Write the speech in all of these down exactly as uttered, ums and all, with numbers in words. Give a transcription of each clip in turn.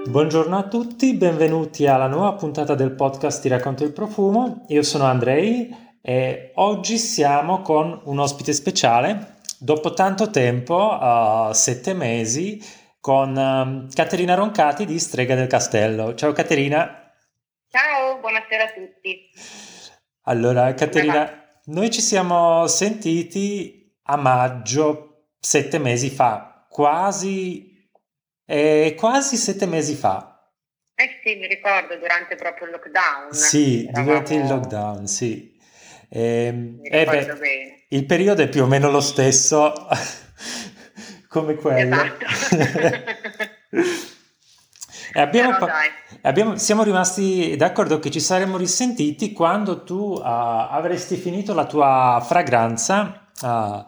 Buongiorno a tutti, benvenuti alla nuova puntata del podcast Ti racconto il profumo. Io sono Andrei e oggi siamo con un ospite speciale. Dopo tanto tempo, uh, sette mesi, con um, Caterina Roncati di Strega del Castello. Ciao Caterina. Ciao, buonasera a tutti. Allora, Come va? Caterina, noi ci siamo sentiti a maggio, sette mesi fa, quasi, eh, quasi sette mesi fa. Eh sì, mi ricordo durante proprio il lockdown. Sì, durante il Eravamo, lockdown, sì. Ehm, mi E, ricordo beh, bene. il periodo è più o meno lo stesso come quello. Esatto. E abbiamo, Però pa- dai, abbiamo- siamo rimasti d'accordo che ci saremmo risentiti quando tu ah, avresti finito la tua fragranza ah,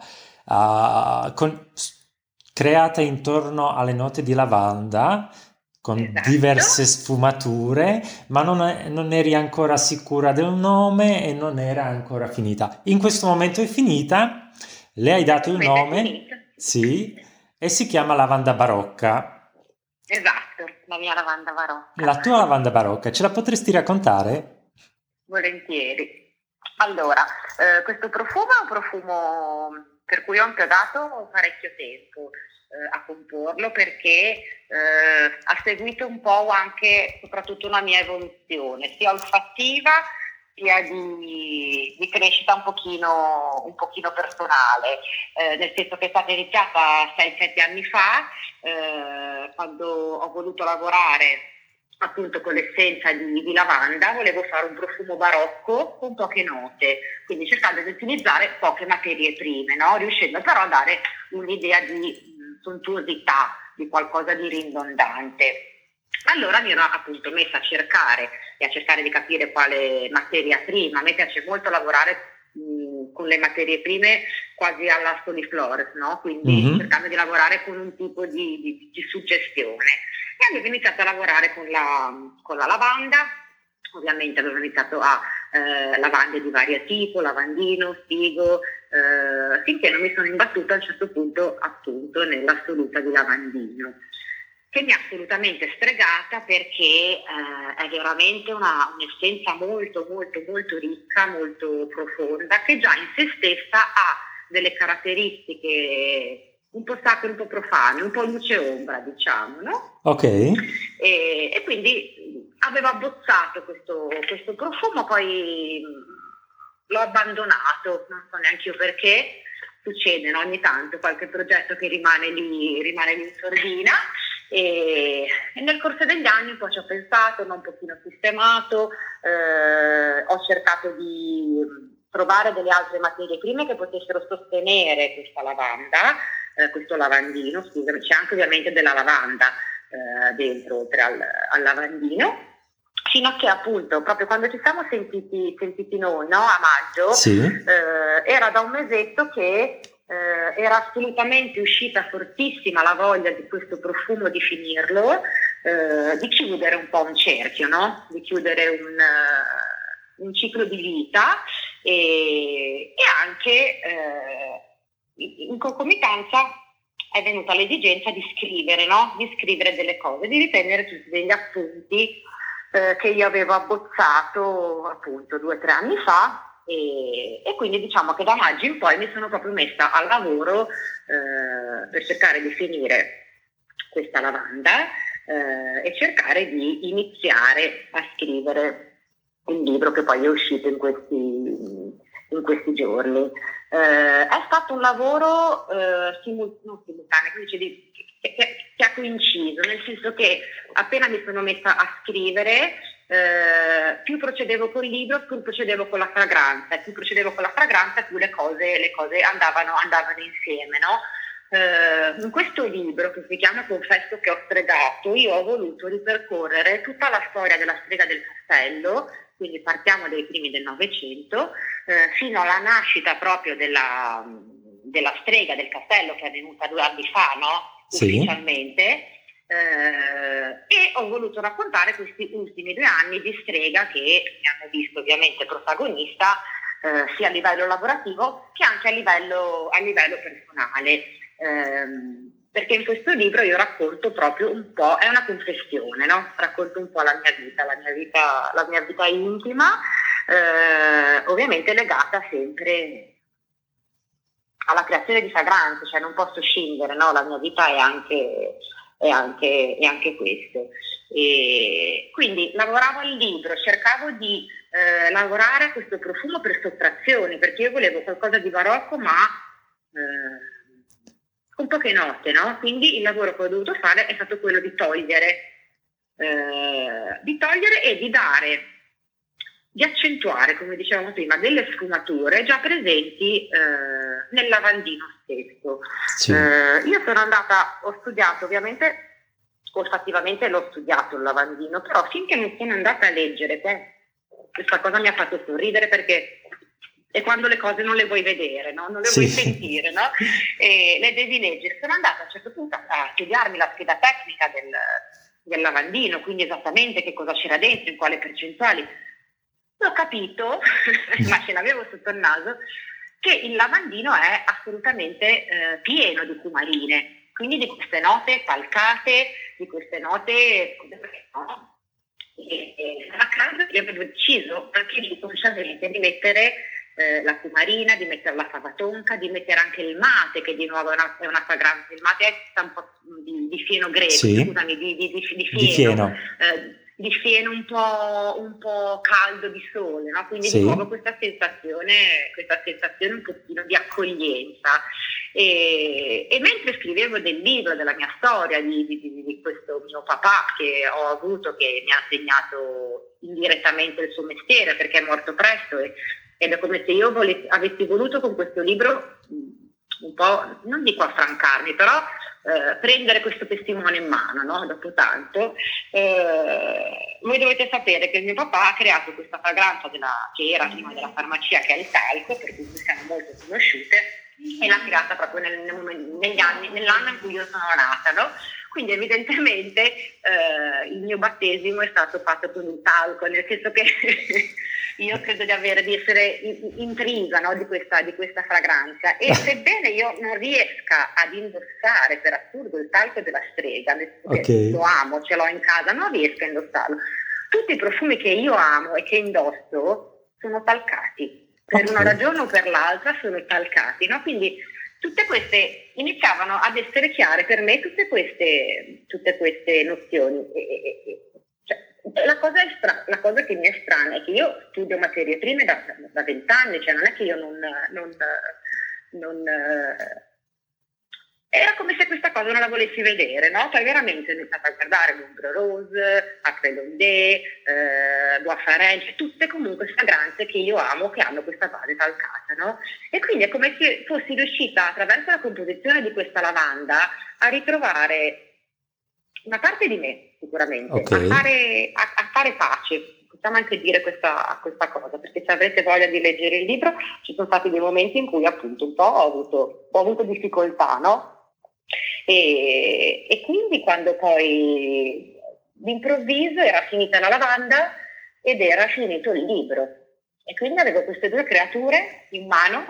ah, con- s- creata intorno alle note di lavanda con esatto. diverse sfumature, ma non, è- non eri ancora sicura del nome e non era ancora finita. In questo momento è finita, le hai In questo dato il momento è nome, finito. sì, e si chiama lavanda barocca. Esatto, la mia lavanda barocca. La tua lavanda barocca, ce la potresti raccontare? Volentieri. Allora, eh, questo profumo è un profumo per cui ho impiegato parecchio tempo eh, a comporlo perché eh, ha seguito un po' anche, soprattutto una mia evoluzione, sia olfattiva sia di, di crescita un pochino, un pochino personale, eh, nel senso che è stata iniziata sei sette anni fa, eh, quando ho voluto lavorare appunto con l'essenza di, di lavanda, volevo fare un profumo barocco con poche note, quindi cercando di utilizzare poche materie prime, no? Riuscendo però a dare un'idea di mh, sontuosità, di qualcosa di ridondante. Allora mi ero appunto messa a cercare e a cercare di capire quale materia prima. A me piace molto lavorare mh, con le materie prime quasi alla soliflores, no? Quindi Mhm. cercando di lavorare con un tipo di, di, di suggestione. E avevo iniziato a lavorare con la, con la lavanda, ovviamente avevo iniziato a eh, lavande di vario tipo, lavandino, figo, eh, finché non mi sono imbattuta a un certo punto appunto nell'assoluta di lavandino, che mi ha assolutamente stregata perché eh, è veramente una, un'essenza molto molto molto ricca, molto profonda, che già in se stessa ha delle caratteristiche un po' sacre, un po' profane, un po' luce e ombra, diciamo, no? Ok. E, e quindi avevo abbozzato questo, questo profumo, poi l'ho abbandonato, non so neanche io perché, succede, no? Ogni tanto qualche progetto che rimane lì, rimane lì in sordina. E, e nel corso degli anni poi ci ho pensato, l'ho un pochino sistemato, eh, ho cercato di trovare delle altre materie prime che potessero sostenere questa lavanda, eh, questo lavandino, scusami, c'è anche ovviamente della lavanda eh, dentro, oltre al, al lavandino, fino a che appunto, proprio quando ci siamo sentiti, sentiti noi, no? A maggio, Sì. eh, era da un mesetto che eh, era assolutamente uscita fortissima la voglia di questo profumo, di finirlo, eh, di chiudere un po' un cerchio, no? Di chiudere un, uh, un ciclo di vita e, e anche eh, in concomitanza è venuta l'esigenza di scrivere, no? Di scrivere delle cose, di riprendere tutti degli appunti eh, che io avevo abbozzato appunto due o tre anni fa e, e quindi diciamo che da maggio in poi mi sono proprio messa al lavoro eh, per cercare di finire questa lavanda eh, e cercare di iniziare a scrivere il libro che poi è uscito in questi, in questi giorni. Eh, è stato un lavoro eh, simul- non simultaneo, quindi di, che, che, che ha coinciso, nel senso che appena mi sono messa a scrivere, eh, più procedevo col libro, più procedevo con la fragranza, e più procedevo con la fragranza, più le cose, le cose andavano, andavano insieme, no? Eh, in questo libro che si chiama Confesso che ho stregato, io ho voluto ripercorrere tutta la storia della strega del castello, quindi partiamo dai primi del Novecento, eh, fino alla nascita proprio della, della strega del castello che è venuta due anni fa, no? Sì. Ufficialmente. Eh, e ho voluto raccontare questi ultimi due anni di strega che mi hanno visto ovviamente protagonista eh, sia a livello lavorativo che anche a livello, a livello personale. Eh, perché in questo libro io racconto proprio un po', è una confessione, no? Racconto un po' la mia vita, la mia vita, la mia vita intima, eh, ovviamente legata sempre alla creazione di fragranze, cioè non posso scindere, no? La mia vita è anche, è anche, è anche questo. E quindi lavoravo al libro, cercavo di eh, lavorare a questo profumo per sottrazioni, perché io volevo qualcosa di barocco, ma eh, con poche note, no? Quindi il lavoro che ho dovuto fare è stato quello di togliere, eh, di togliere e di dare, di accentuare, come dicevamo prima, delle sfumature già presenti eh, nel lavandino stesso. Sì. Eh, io sono andata, ho studiato ovviamente, olfattivamente l'ho studiato il lavandino, però finché non sono andata a leggere, que- questa cosa mi ha fatto sorridere, perché è quando le cose non le vuoi vedere, no? Non le Sì. vuoi sentire, no? E le devi leggere. Sono andata a un certo punto a studiarmi la scheda tecnica del, del lavandino, quindi esattamente che cosa c'era dentro, in quale percentuali. Ho capito, ma ce l'avevo sotto il naso, che il lavandino è assolutamente eh, pieno di cumarine, quindi di queste note talcate, di queste note, no? E, e a caso io avevo deciso anche lì consciamente di mettere eh, la cumarina, di mettere la fava tonka, di mettere anche il mate, che di nuovo è una, è una fragranza. Il mate è un po' di, di fieno greco, Sì. scusami, di, di, di, di fieno. Di fieno. Eh, di fieno un po', un po' caldo di sole, no? Quindi Sì. di nuovo questa sensazione, questa sensazione un pochino di accoglienza. E, e mentre scrivevo del libro, della mia storia, di, di, di questo mio papà che ho avuto, che mi ha insegnato indirettamente il suo mestiere, perché è morto presto, e, ed è come se io volessi, avessi voluto con questo libro un po', non dico affrancarmi, però Eh, prendere questo testimone in mano, no? Dopo tanto. Eh, voi dovete sapere che il mio papà ha creato questa fragranza della, che era prima della farmacia, che è il talco, per cui siamo molto conosciute, e l'ha creata proprio nel, nel, negli anni, nell'anno in cui io sono nata, no? Quindi evidentemente eh, il mio battesimo è stato fatto con un talco, nel senso che io credo di avere, di essere intrisa, no, di questa, di questa fragranza, e sebbene io non riesca ad indossare per assurdo il talco della strega, nel senso Okay. che lo amo, ce l'ho in casa, non riesco a indossarlo. Tutti i profumi che io amo e che indosso sono talcati, per Okay. una ragione o per l'altra sono talcati, no? Quindi tutte queste iniziavano ad essere chiare per me, tutte queste, tutte queste nozioni. E, e, e, cioè, la, cosa è stra- la cosa che mi è strana è che io studio materie prime da vent'anni, cioè non è che io non... non, non era come se questa cosa non la volessi vedere, no? Poi veramente ho iniziato a guardare L'Ombre Rose, Acre Londé, eh, Bois Farel, cioè tutte comunque fragranze che io amo, che hanno questa base talcata, no? E quindi è come se fossi riuscita, attraverso la composizione di questa lavanda, a ritrovare una parte di me, sicuramente, Okay. a, fare, a, a fare pace. Possiamo anche dire questa, questa cosa, perché se avrete voglia di leggere il libro, ci sono stati dei momenti in cui appunto un po' ho avuto, ho avuto difficoltà, no? E, e quindi quando poi d'improvviso era finita la lavanda ed era finito il libro, e quindi avevo queste due creature in mano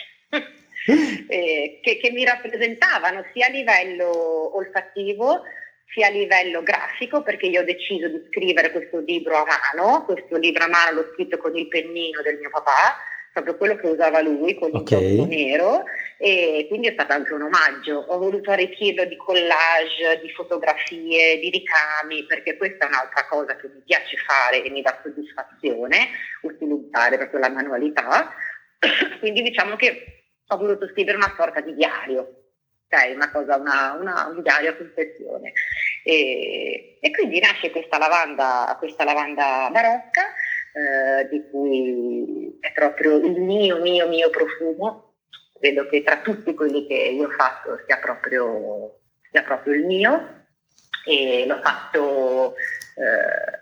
eh, che, che mi rappresentavano sia a livello olfattivo sia a livello grafico, perché io ho deciso di scrivere questo libro a mano. Questo libro a mano l'ho scritto con il pennino del mio papà, proprio quello che usava lui, con Okay. l'inchiostro nero, e quindi è stato anche un omaggio. Ho voluto arricchirlo di collage, di fotografie, di ricami, perché questa è un'altra cosa che mi piace fare e mi dà soddisfazione, utilizzare proprio la manualità. Quindi diciamo che ho voluto scrivere una sorta di diario, cioè una cosa, una, una, un diario a confezione. E, e quindi nasce questa lavanda, questa lavanda barocca, eh, di cui è proprio il mio, mio, mio profumo. Credo che tra tutti quelli che io ho fatto sia proprio, sia proprio il mio, e l'ho fatto, eh,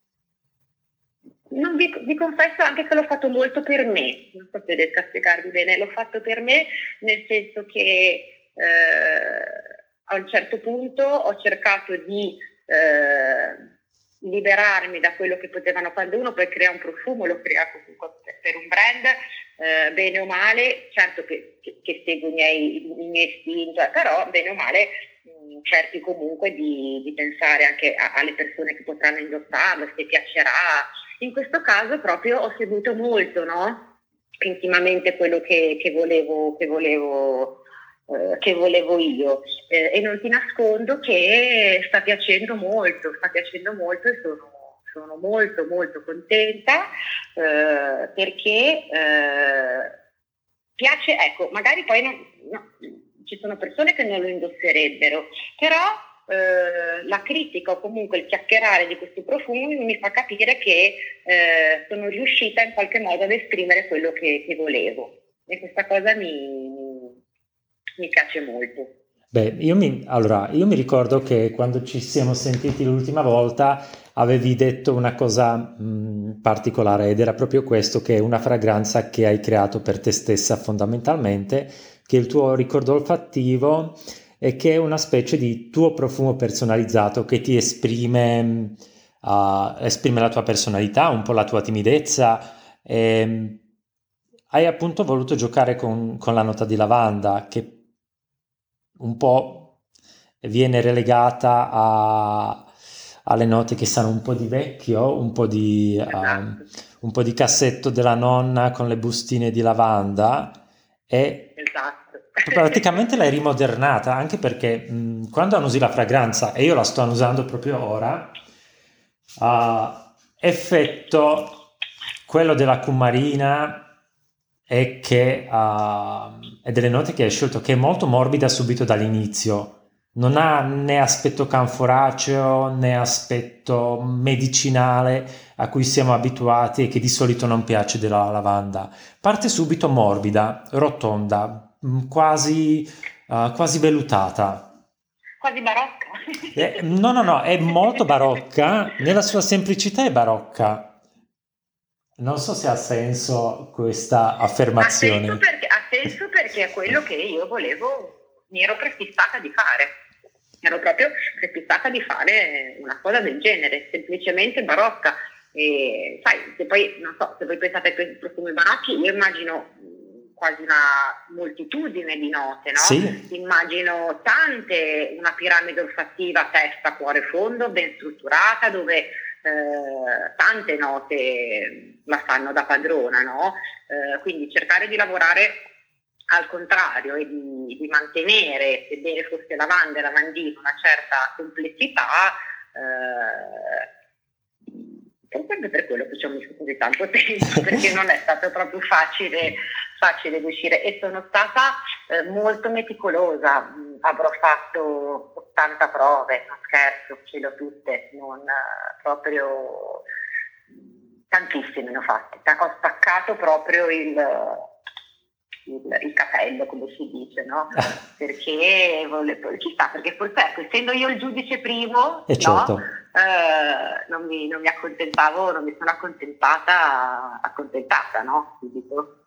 non vi, vi confesso anche che l'ho fatto molto per me, non so se riesco a spiegarvi bene, l'ho fatto per me nel senso che eh, a un certo punto ho cercato di eh, liberarmi da quello che potevano, quando uno poi crea un profumo lo crea comunque per un brand, eh, bene o male, certo che, che, che seguo i miei, i miei stili, però bene o male cerchi comunque di, di pensare anche a, alle persone che potranno indossarlo, se piacerà. In questo caso proprio ho seguito molto, no? Intimamente quello che, che volevo, che volevo, eh, che volevo io, eh, e non ti nascondo che sta piacendo molto, sta piacendo molto e sono, sono molto molto contenta, eh, perché eh, piace, ecco, magari poi non, no, ci sono persone che non lo indosserebbero, però eh, la critica o comunque il chiacchierare di questi profumi mi fa capire che eh, sono riuscita in qualche modo ad esprimere quello che, che volevo, e questa cosa mi, mi piace molto. Beh, io mi, allora, io mi ricordo che quando ci siamo sentiti l'ultima volta avevi detto una cosa mh, particolare, ed era proprio questo, che è una fragranza che hai creato per te stessa fondamentalmente, che il tuo ricordo olfattivo e che è una specie di tuo profumo personalizzato che ti esprime, uh, esprime la tua personalità, un po' la tua timidezza. E hai appunto voluto giocare con, con la nota di lavanda, che un po' viene relegata a, alle note che sanno un po' di vecchio, un po' di, um, Esatto. un po' di cassetto della nonna con le bustine di lavanda, e Esatto. praticamente l'hai rimodernata, anche perché mh, quando annusi la fragranza, e io la sto annusando proprio ora, ha effetto quello della cumarina, e che ha e delle note che hai scelto, che è molto morbida subito dall'inizio. Non ha né aspetto canforaceo né aspetto medicinale a cui siamo abituati e che di solito non piace della lavanda. Parte subito morbida, rotonda, mh, quasi, uh, quasi vellutata. Quasi barocca. Eh, no, no, no, è molto barocca, nella sua semplicità è barocca. Non so se ha senso questa Ha senso affermazione. perché, ha senso perché è quello che io volevo, mi ero prefissata di fare. Ero proprio prefissata di fare una cosa del genere, semplicemente barocca. E sai, se poi, non so, se voi pensate ai profumi barocchi, io immagino mh, quasi una moltitudine di note, no? Sì, Immagino tante, una piramide olfattiva, testa, cuore, fondo, ben strutturata, dove eh, tante note la fanno da padrona, no? Eh, quindi cercare di lavorare al contrario e di, di mantenere, sebbene fosse lavanda e lavandino, una certa complessità, eh, proprio per quello che ci ho messo così tanto tempo, perché non è stato proprio facile, facile riuscire, e sono stata eh, molto meticolosa. Mh, avrò fatto ottanta prove, non scherzo, ce le ho tutte, non eh, proprio tantissime ne ho fatte. Ho staccato proprio il, il, il capello, come si dice, no? Perché volevo, ci sta, perché forse, ecco, essendo io il giudice primo, e no? certo. Eh, non, mi, non mi accontentavo, non mi sono accontentata, accontentata, no? Subito.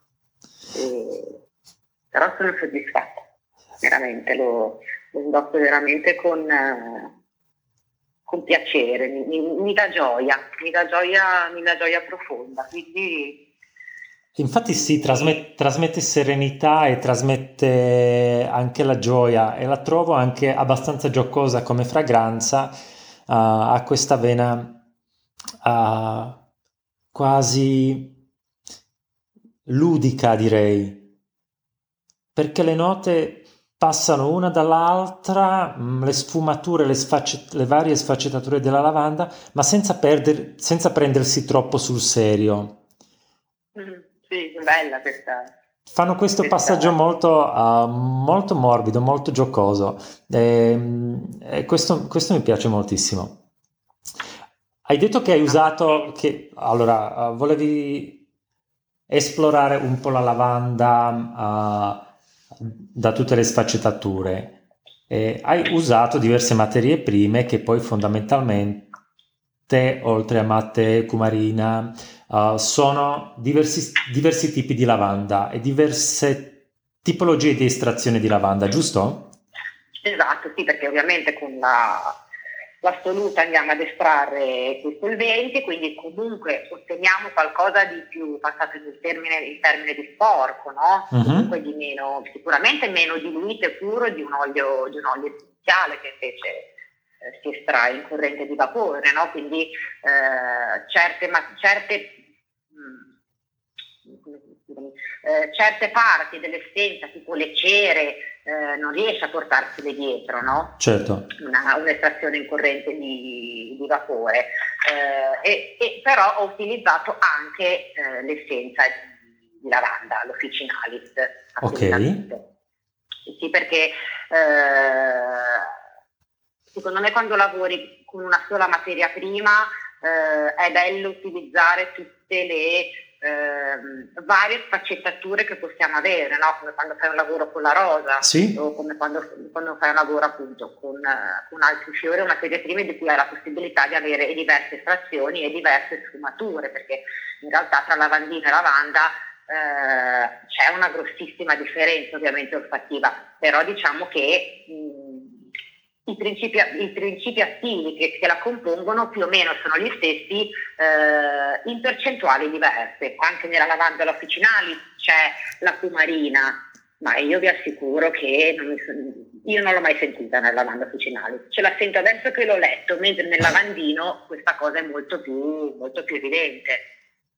E, però sono soddisfatta, veramente, lo, lo indosso veramente con, eh, con piacere, mi, mi, mi dà gioia, mi dà gioia, mi dà gioia profonda, quindi... Infatti sì, trasmette, trasmette serenità e trasmette anche la gioia, e la trovo anche abbastanza giocosa come fragranza, uh, ha questa vena uh, quasi ludica, direi, perché le note passano una dall'altra, mh, le sfumature, le, sfacce- le varie sfaccettature della lavanda, ma senza, perder- senza prendersi troppo sul serio. Mm, sì, bella questa... Fanno questo questa... passaggio molto, uh, molto morbido, molto giocoso, e, e questo, questo mi piace moltissimo. Hai detto che hai usato, che allora, uh, volevi esplorare un po' la lavanda uh, da tutte le sfaccettature. E hai usato diverse materie prime che poi fondamentalmente, oltre a matte cumarina, uh, sono diversi, diversi tipi di lavanda e diverse tipologie di estrazione di lavanda, giusto? Esatto, sì, perché ovviamente con la, l'assoluta andiamo ad estrarre quei solventi, quindi comunque otteniamo qualcosa di più, passato il termine, il termine di sporco, no? Mhm. Comunque di meno, sicuramente meno diluito e puro di un olio, di un olio essenziale che invece eh, si estrae in corrente di vapore, no? Quindi eh, certe, ma, certe mh, come si dice, eh, certe parti dell'essenza, tipo le cere, eh, non riesce a portarsele dietro, no? Certo. Una, un'estrazione in corrente di, di vapore. Eh, e, e però ho utilizzato anche eh, l'essenza di, di lavanda, l'officinalis. Ok. Sì, perché eh, secondo me quando lavori con una sola materia prima eh, è bello utilizzare tutte le eh, varie sfaccettature che possiamo avere, no? Come quando fai un lavoro con la rosa, sì. o come quando, quando fai un lavoro appunto con, con altri fiori o materie prime di cui hai la possibilità di avere diverse estrazioni e diverse sfumature, perché in realtà tra lavandino e lavanda eh, c'è una grossissima differenza ovviamente olfattiva, però diciamo che mh, I principi, i principi attivi che, che la compongono più o meno sono gli stessi eh, in percentuali diverse. Anche nella lavanda officinali c'è la cumarina, ma io vi assicuro che non mi son, io non l'ho mai sentita nella lavanda officinali. Ce la sento adesso che l'ho letto, mentre nel lavandino questa cosa è molto più, molto più evidente.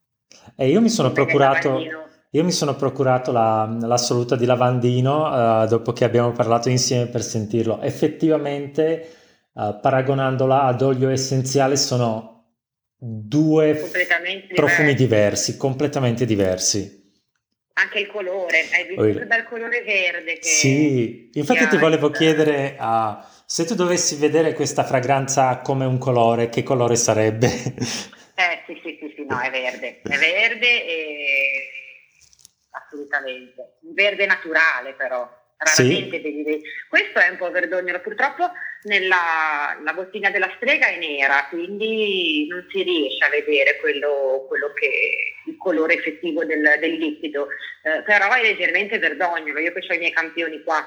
E io mi sono Come nel procurato, lavandino. io mi sono procurato la, l'assoluta di lavandino, eh, dopo che abbiamo parlato insieme per sentirlo. Effettivamente, eh, paragonandola ad olio essenziale, sono due f- Completamente profumi diversi. diversi, completamente diversi. Anche il colore, hai visto che Oi- bel colore verde che, Sì, che infatti ti ha volevo il, chiedere, ah, se tu dovessi vedere questa fragranza come un colore, che colore sarebbe? Eh sì, sì, sì, sì, no, è verde, è verde e assolutamente, un verde naturale però, raramente Sì, vedi, dei- questo è un po' verdognolo, purtroppo nella la bottiglia della strega è nera, quindi non si riesce a vedere quello, quello che, il colore effettivo del, del liquido, eh, però è leggermente verdognolo, io che ho i miei campioni qua,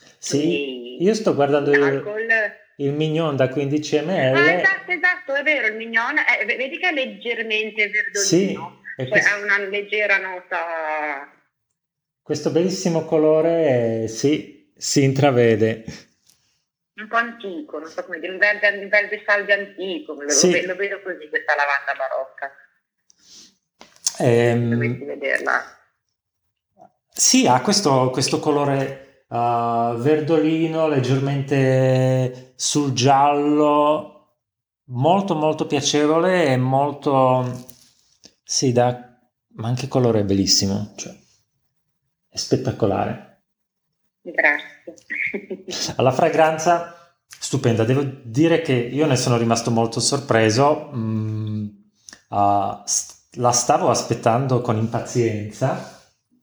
sì, io quindi sto guardando in il, alcol. il Mignon da quindici Ah, millilitri. esatto, esatto, è vero, il mignon, è- vedi che è leggermente verdolino, Sì, e cioè ha quest- una leggera nota questo bellissimo colore, eh, sì, si intravede. un po' antico, non so come dire, un verde, un verde salvia antico, lo, lo ve- lo Sì, vedo così questa lavanda barocca, se dovessi ehm, vederla. sì, ha questo, questo colore uh, verdolino, leggermente sul giallo, molto molto piacevole e molto, sì, da, ma anche il colore è bellissimo, cioè, è spettacolare. Grazie. La fragranza stupenda, devo dire che io ne sono rimasto molto sorpreso, mm, ah, st- la stavo aspettando con impazienza.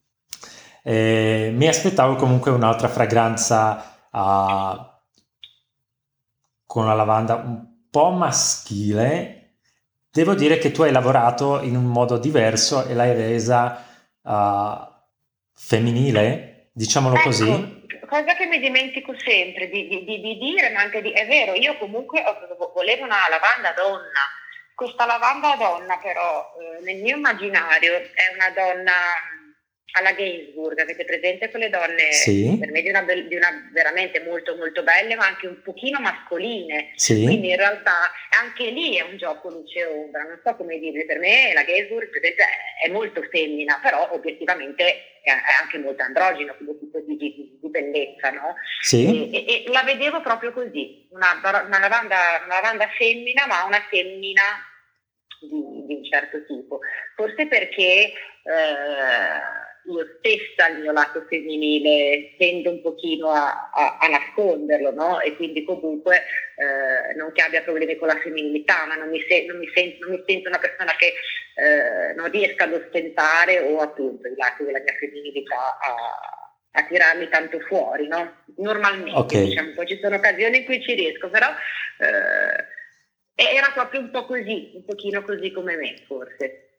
E mi aspettavo comunque un'altra fragranza ah, con la lavanda un po' maschile. Devo dire che tu hai lavorato in un modo diverso e l'hai resa ah, femminile, diciamolo Ecco, così. cosa che mi dimentico sempre di, di- di- di dire, ma anche di... È vero, io comunque ho- volevo una lavanda donna. Questa lavanda donna però, eh, nel mio immaginario, è una donna mh, alla Gainsbourg, avete presente quelle donne per Sì, me di una, bel- di una veramente molto molto belle, ma anche un pochino mascoline. Quindi in sì, realtà anche lì è un gioco luce e ombra, non so come dirvi, per me la Gainsbourg per esempio, è è molto femmina, però obiettivamente è è anche molto androgeno come tipo di, di- di bellezza, no? E, sì, e- e la vedevo proprio così, una, una lavanda, una lavanda femmina, ma una femmina di, di un certo tipo. Forse perché eh, io stessa il mio lato femminile tendo un pochino a, a- a nasconderlo, no? E quindi comunque eh, non che abbia problemi con la femminilità, ma non mi, se- non mi, sen- non mi sento una persona che eh, non riesca ad ostentare o appunto i lati della mia femminilità a, a tirarli tanto fuori, no? ok. Normalmente, diciamo, poi ci sono occasioni in cui ci riesco, però eh, era proprio un po' così, un pochino così come me, forse.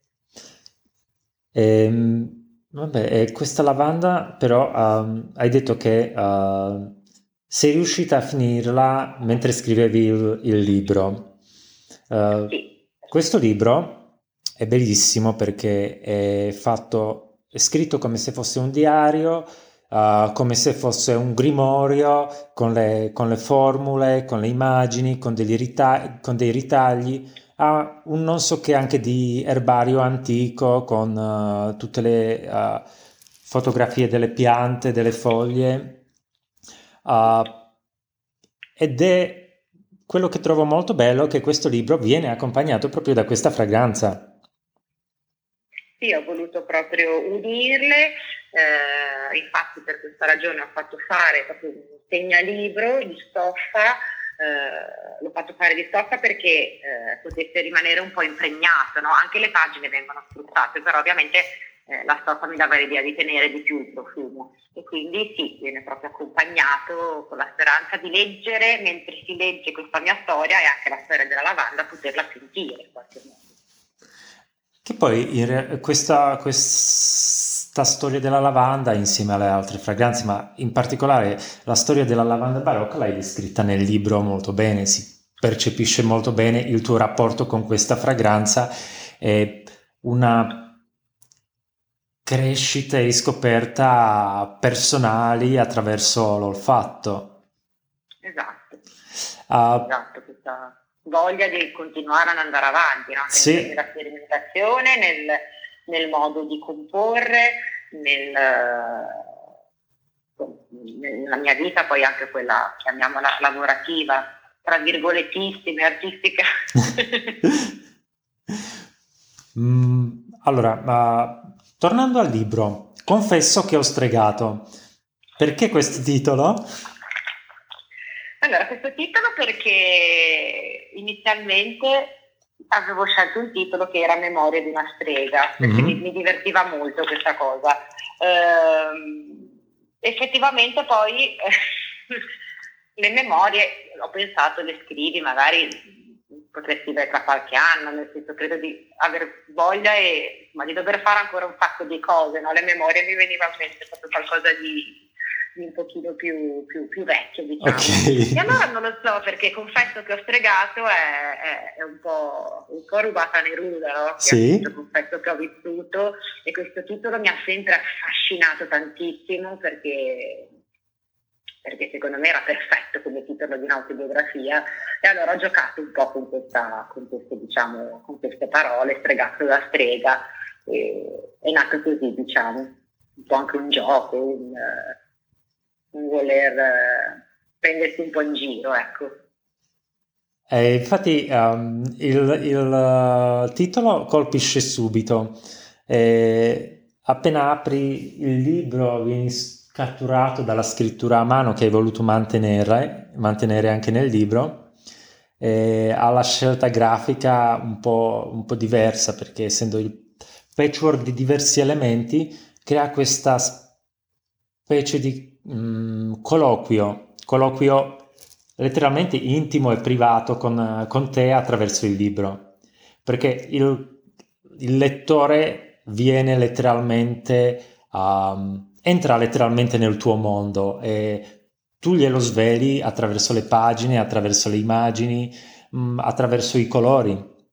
Ehm, vabbè, e questa lavanda però ehm, hai detto che eh, sei riuscita a finirla mentre scrivevi il, il libro. Eh, Sì. questo libro è bellissimo perché è fatto, è scritto come se fosse un diario, uh, come se fosse un grimorio con le, con le formule, con le immagini, con, degli rita- con dei ritagli, ha un non so che anche di erbario antico con uh, tutte le uh, fotografie delle piante, delle foglie. Uh, ed è quello che trovo molto bello, che questo libro viene accompagnato proprio da questa fragranza. Sì, ho voluto proprio unirle, eh, infatti per questa ragione ho fatto fare proprio un segnalibro di stoffa, eh, l'ho fatto fare di stoffa perché eh, potesse rimanere un po' impregnato, no? Anche le pagine vengono sfruttate, però ovviamente eh, la stoffa mi dava l'idea di tenere di più il profumo e quindi sì, viene proprio accompagnato con la speranza di leggere, mentre si legge questa mia storia e anche la storia della lavanda, poterla sentire in qualche modo. Che poi in re- questa, questa storia della lavanda insieme alle altre fragranze, ma in particolare la storia della lavanda barocca l'hai descritta nel libro molto bene, si percepisce molto bene il tuo rapporto con questa fragranza e una crescita e scoperta personali attraverso l'olfatto. Esatto, Uh, esatto, questa voglia di continuare ad andare avanti, no? sì. Nella sperimentazione, nel, nel modo di comporre, nel, nella mia vita, poi anche quella, chiamiamola lavorativa, tra virgolettissime, artistica. mm, allora, uh, tornando al libro, confesso che ho stregato. Perché questo titolo? Allora, questo titolo perché inizialmente avevo scelto un titolo che era Memorie di una strega, perché mm-hmm. mi, mi divertiva molto questa cosa. Ehm, effettivamente poi le memorie, ho pensato, le scrivi, magari potrei scrivere tra qualche anno, nel senso credo di aver voglia e ma di dover fare ancora un sacco di cose, no? Le memorie mi veniva in mente proprio qualcosa di un pochino più, più, più vecchio, diciamo. Okay. E allora non lo so, perché confesso che ho stregato è, è, è un, po', un po' rubata Neruda, no? Che sì. Appunto, confesso che ho vissuto e questo titolo mi ha sempre affascinato tantissimo perché, perché secondo me era perfetto come titolo di un'autobiografia e allora ho giocato un po' con, questa, con, queste, diciamo, con queste parole, stregato da strega, e, è nato così, diciamo, un po' anche un gioco, un... non voler eh, prendersi un po' in giro, ecco. Eh, infatti um, il, il uh, titolo colpisce subito. Eh, appena apri il libro vieni catturato dalla scrittura a mano che hai voluto mantenere, mantenere anche nel libro, eh, alla scelta grafica un po', un po' diversa perché essendo il patchwork di diversi elementi crea questa specie di Mm, colloquio, colloquio letteralmente intimo e privato con, con te attraverso il libro, perché il, il lettore viene letteralmente, um, entra letteralmente nel tuo mondo e tu glielo sveli attraverso le pagine, attraverso le immagini, mh, attraverso i colori.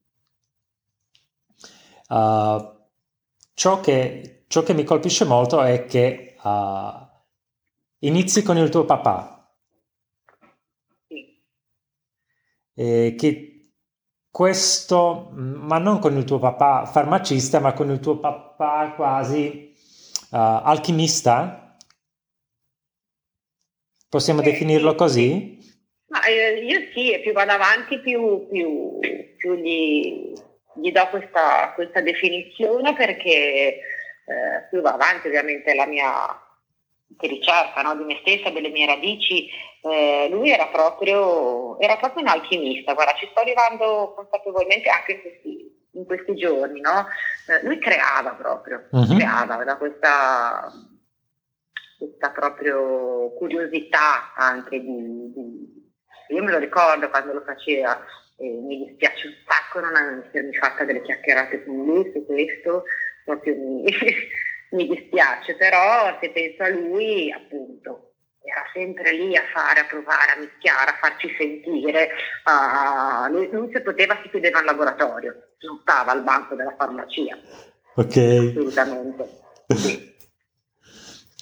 Uh, ciò che, ciò che mi colpisce molto è che uh, inizi con il tuo papà, sì. eh, che questo, ma non con il tuo papà farmacista, ma con il tuo papà quasi uh, alchimista? Possiamo eh, definirlo sì, così? Sì. Ma, eh, io sì, e più vado avanti più, più, più gli, gli do questa, questa definizione perché eh, più va avanti ovviamente la mia di ricerca, no? Di me stessa, delle mie radici, eh, lui era proprio, era proprio un alchimista, guarda, ci sto arrivando consapevolmente anche in questi, in questi giorni, no? Eh, lui creava proprio, uh-huh. creava da questa, questa proprio curiosità anche di, di, io me lo ricordo quando lo faceva, eh, mi dispiace un sacco non essermi fatta delle chiacchierate con lui su questo, proprio mi... mi dispiace, però se penso a lui, appunto, era sempre lì a fare, a provare, a mischiare, a farci sentire. Uh, lui, lui se poteva si chiudeva in laboratorio, non stava al banco della farmacia. Ok. Assolutamente. Sì.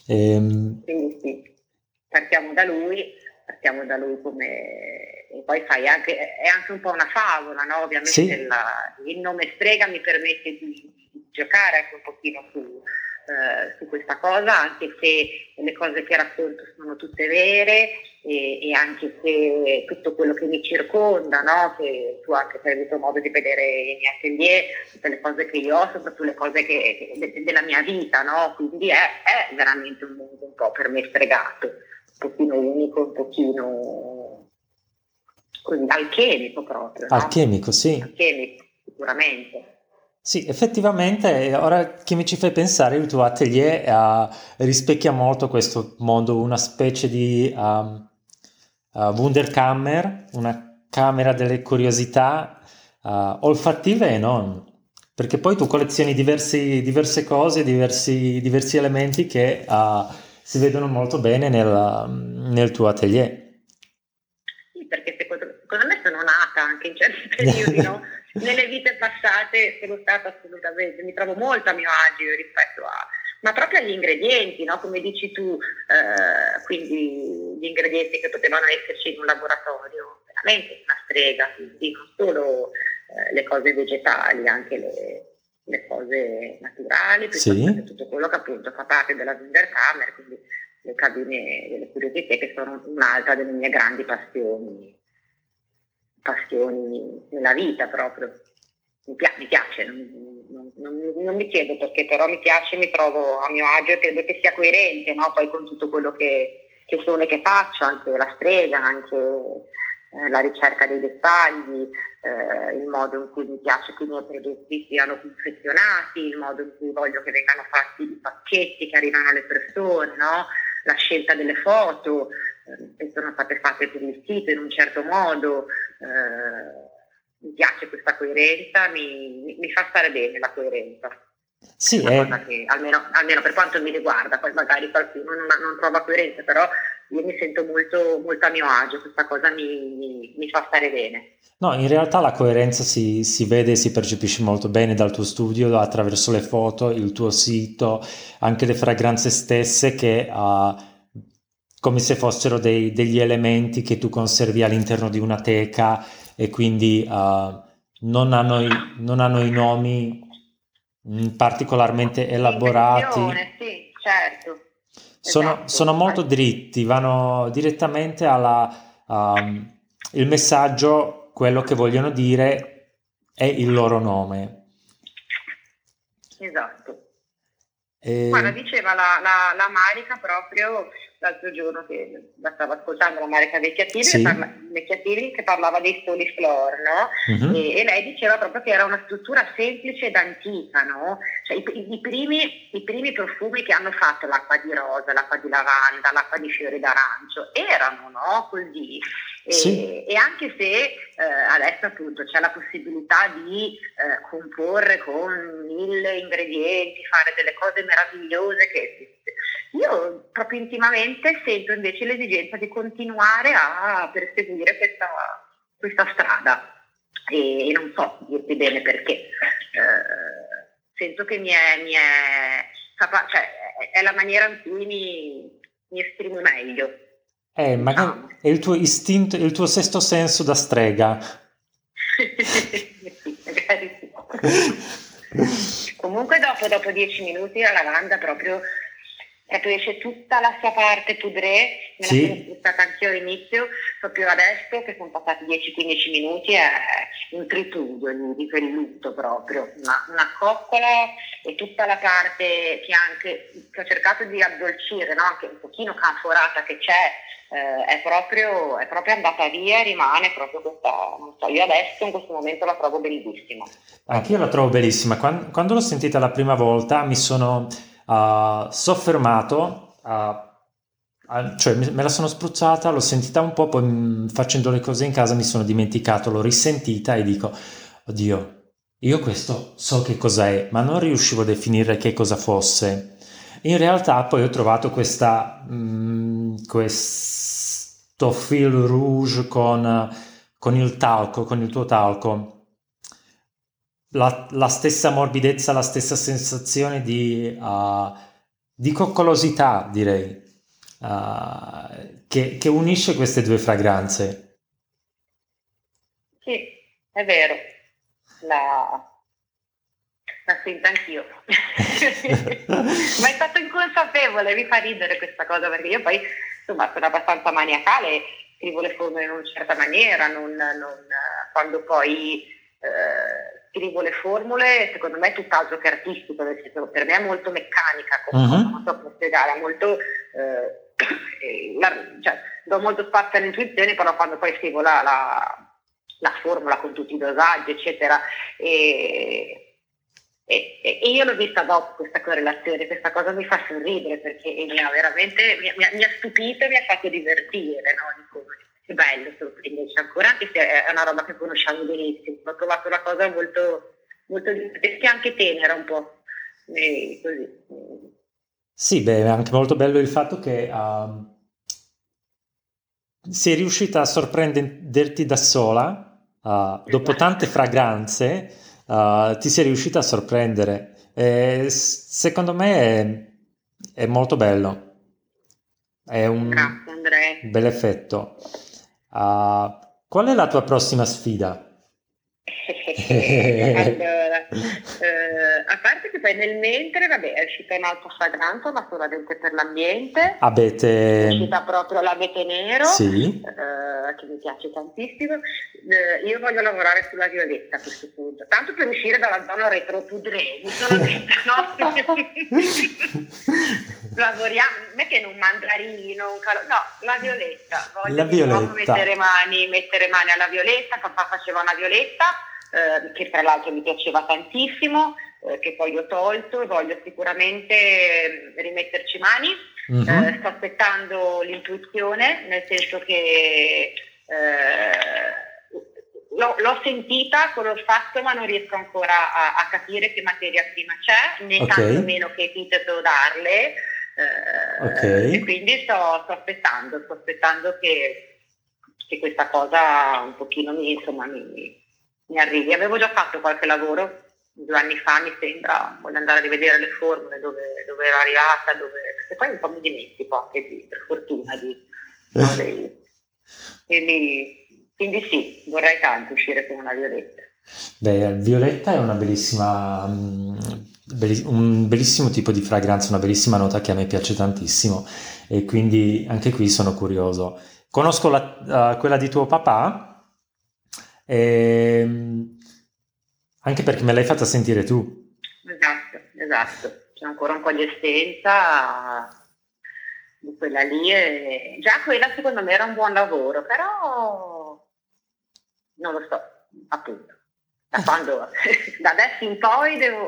Ehm, Quindi sì, partiamo da lui, partiamo da lui come... E poi sai, anche, è anche un po' una favola, no? Ovviamente sì, la- il nome Strega mi permette di, di giocare anche un pochino su, eh, su questa cosa, anche se le cose che racconto sono tutte vere e, e anche se tutto quello che mi circonda, no? Che tu anche hai avuto modo di vedere i miei atelier, tutte le cose che io ho, sono proprio le cose che, che- de- della mia vita, no? Quindi è, è veramente un mondo un po' per me stregato, un pochino unico, un pochino così, alchemico proprio, no? alchemico, sì. Alchemico, sicuramente. Sì, effettivamente, eh, ora che mi ci fai pensare, il tuo atelier eh, rispecchia molto questo mondo, una specie di um, uh, Wunderkammer, una camera delle curiosità uh, olfattive e non, perché poi tu collezioni diversi- diverse cose, diversi, diversi elementi che uh, si vedono molto bene nel, nel tuo atelier. Sì, perché secondo, secondo me sono nata anche in certi periodi, no? Nelle vite passate sono stata assolutamente, mi trovo molto a mio agio rispetto a, ma proprio agli ingredienti, no? Come dici tu, eh, quindi gli ingredienti che potevano esserci in un laboratorio, veramente una strega, quindi non solo eh, le cose vegetali, anche le, le cose naturali, piuttosto che Sì, tutto quello che appunto fa parte della Wunderkammer, quindi le cabine delle curiosità che sono un'altra delle mie grandi passioni, passioni nella vita proprio. Mi, pia- mi piace, non, non- non- non mi chiedo perché, però mi piace, mi trovo a mio agio e credo che sia coerente, no? Poi con tutto quello che, che sono e che faccio, anche la strega, anche eh, la ricerca dei dettagli, eh, il modo in cui mi piace che i miei prodotti siano confezionati, il modo in cui voglio che vengano fatti i pacchetti che arrivano alle persone, no? La scelta delle foto, eh, che sono state fatte per il sito in un certo modo. Eh, mi piace questa coerenza, mi, mi, mi fa stare bene la coerenza. È sì, una cosa è, che, almeno, almeno per quanto mi riguarda, poi magari qualcuno non, non trova coerenza, però io mi sento molto, molto a mio agio, questa cosa mi, mi, mi fa stare bene. no, in realtà la coerenza si, si vede e si percepisce molto bene dal tuo studio, attraverso le foto, il tuo sito, anche le fragranze stesse che uh, come se fossero dei- degli elementi che tu conservi all'interno di una teca e quindi uh, non hanno i, non hanno i nomi mm, particolarmente Di elaborati. invenzione, sì, certo, Sono, sono esatto. molto dritti, vanno direttamente alla, um, il messaggio, quello che vogliono dire è il loro nome. Esatto. Guarda, E, diceva la, la, la Marica proprio l'altro giorno che la stavo ascoltando, la Marica Vecchiattivi, che, sì, parla, Vecchiattivi, che parlava dei soli flor, no? mhm, E, e lei diceva proprio che era una struttura semplice ed antica, no? Cioè, i, i primi, i primi profumi che hanno fatto l'acqua di rosa, l'acqua di lavanda, l'acqua di fiori d'arancio, erano, no? Così. sì, E, e anche se eh, adesso appunto c'è la possibilità di eh, comporre con mille ingredienti, fare delle cose meravigliose che io proprio intimamente sento invece l'esigenza di continuare a perseguire questa, questa strada e, e non so dirti bene perché. Eh, sento che mi è, mi è, cioè, è la maniera in cui mi, mi esprimo meglio, eh, magari diciamo. è il tuo istinto, il tuo sesto senso da strega. Sì, magari sì. Comunque dopo, dopo dieci minuti la lavanda proprio, proprio esce tutta la sua parte poudrée, me la sono Sì, spruzzata anch'io all'inizio, proprio adesso che sono passati dieci quindici minuti è un tripudio di, di velluto proprio, una, una coccola e tutta la parte che anche che ho cercato di addolcire, no? Anche un pochino canforata che c'è, eh, è, proprio, è proprio andata via e rimane proprio questa, non so, io adesso in questo momento la trovo bellissima, anch'io la proprio. trovo bellissima. Quan- Quando, l'ho sentita la prima volta mi sono uh, soffermato, a- a- cioè me me la sono spruzzata, l'ho sentita un po', poi mm, facendo le cose in casa mi sono dimenticato, l'ho risentita e dico, oddio, io questo so che cos'è, ma non riuscivo a definire che cosa fosse. In realtà poi ho trovato questa, mm, questo fil rouge con, con il talco, con il tuo talco. La, la stessa morbidezza, la stessa sensazione di, uh, di coccolosità, direi, uh, che, che unisce queste due fragranze. Sì, è vero, la, la sento anch'io. Ma è stato inconsapevole, mi fa ridere questa cosa, perché io poi insomma sono abbastanza maniacale, scrivo le formule in una certa maniera, non, non, quando poi eh, scrivo le formule, secondo me è tutt'altro che artistico, nel senso, per me è molto meccanica, come uh-huh. non so come spiegare, è molto, eh, la, cioè, do molto spazio alle intuizioni, però quando poi scrivo la, la, la formula con tutti i dosaggi, eccetera, e E, e io l'ho vista dopo questa correlazione, questa cosa mi fa sorridere perché mi ha veramente mi, mi, mi ha stupito e mi ha fatto divertire, no? Dico, che bello sorprenderci ancora, anche se è una roba che conosciamo benissimo. Ho trovato una cosa molto, molto divertente, anche tenera un po', e così. Sì, beh, è anche molto bello il fatto che uh, sei riuscita a sorprenderti da sola, uh, dopo tante fragranze. Uh, ti sei riuscita a sorprendere. E secondo me è, è molto bello, è un Grazie, Andrea. bel effetto. Uh, qual è la tua prossima sfida? Allora, eh, a parte che poi nel mentre, vabbè, è uscita un'altra fragranza, ma solamente per l'ambiente. Abete... È uscita proprio l'abete nero, sì. eh, che mi piace tantissimo. Eh, io voglio lavorare sulla violetta a questo punto, tanto per uscire dalla zona retro to dre, mi sono detta, no? Lavoriamo, non è che in un mandarino, un calo- no, la violetta. Voglio la di nuovo violetta. mettere mani, mettere mani alla violetta. Papà faceva una violetta, eh, che tra l'altro mi piaceva tantissimo, eh, che poi ho tolto, voglio sicuramente eh, rimetterci mani. Mm-hmm. Eh, sto aspettando l'intuizione, nel senso che eh, l'ho, l'ho sentita con lo fatto, ma non riesco ancora a, a capire che materia prima c'è, né okay. tanto meno che epiteto darle. Eh, okay. E quindi sto, sto aspettando, sto aspettando che, che questa cosa un pochino mi, insomma, mi, mi arrivi. Avevo già fatto qualche lavoro due anni fa, mi sembra, voglio andare a rivedere le formule dove, dove ero arrivata, dove, perché poi un po' mi dimentico anche di, per fortuna di, no, dei, quindi, quindi sì, vorrei tanto uscire con una violetta. Beh, violetta è una bellissima, un bellissimo tipo di fragranza, una bellissima nota che a me piace tantissimo e quindi anche qui sono curioso. Conosco la, uh, quella di tuo papà, e, anche perché me l'hai fatta sentire tu. Esatto, esatto. C'è ancora un po' di essenza di quella lì e già quella secondo me era un buon lavoro, però non lo so, appunto. Da quando, da adesso in poi devo,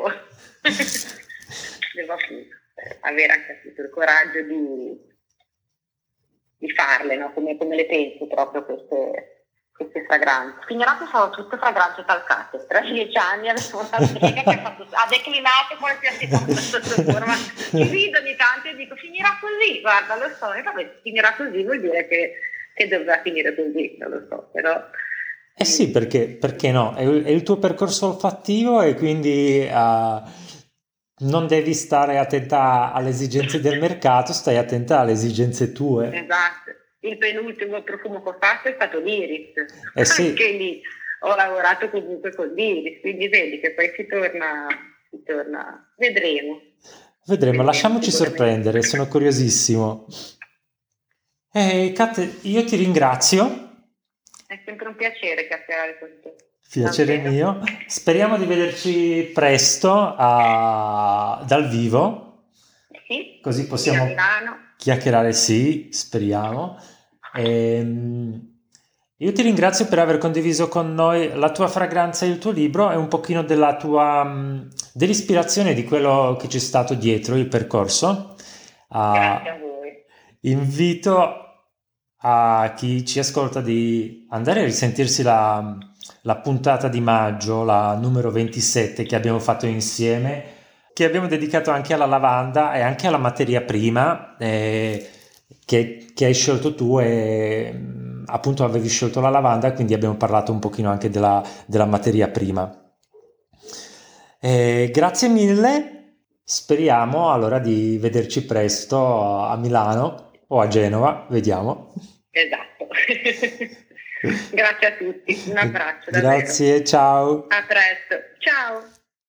devo appunto avere anche appunto il coraggio di, di farle, no? Come, come le penso proprio queste, queste fragranze. Finirà che sono tutte fragranze talcate. Tra dieci anni avevo una strega che ha, fatto, ha declinato qualsiasi cosa sotto forma. Ci rido ogni tanto e dico finirà così, guarda, lo so, e vabbè, finirà così vuol dire che, che dovrà finire così, non lo so, però... Eh sì, perché, perché no? È, è il tuo percorso olfattivo e quindi uh, non devi stare attenta alle esigenze del mercato, stai attenta alle esigenze tue. Esatto. Il penultimo profumo che ho fatto è stato l'Iris. Eh sì. Anche lì ho lavorato comunque con l'Iris, quindi vedi che poi si torna, si torna... vedremo. Vedremo, Vedremo lasciamoci sorprendere, sono curiosissimo. Eh, Kat, io ti ringrazio. È sempre un piacere chiacchierare con te. Piacere mio. Speriamo di vederci presto a, dal vivo. Sì. Così possiamo a Milano. Chiacchierare, sì, speriamo. E, io ti ringrazio per aver condiviso con noi la tua fragranza e il tuo libro e un pochino della tua dell'ispirazione di quello che c'è stato dietro il percorso. Grazie a voi. Invito a chi ci ascolta di andare a risentirsi la, la puntata di maggio, la numero ventisette che abbiamo fatto insieme, che abbiamo dedicato anche alla lavanda e anche alla materia prima eh, che, che hai scelto tu e appunto avevi scelto la lavanda, quindi abbiamo parlato un pochino anche della, della materia prima. Eh, grazie mille Speriamo allora di vederci presto a Milano o a Genova, vediamo. Esatto. Grazie a tutti, un abbraccio davvero. Grazie, ciao. A presto, ciao.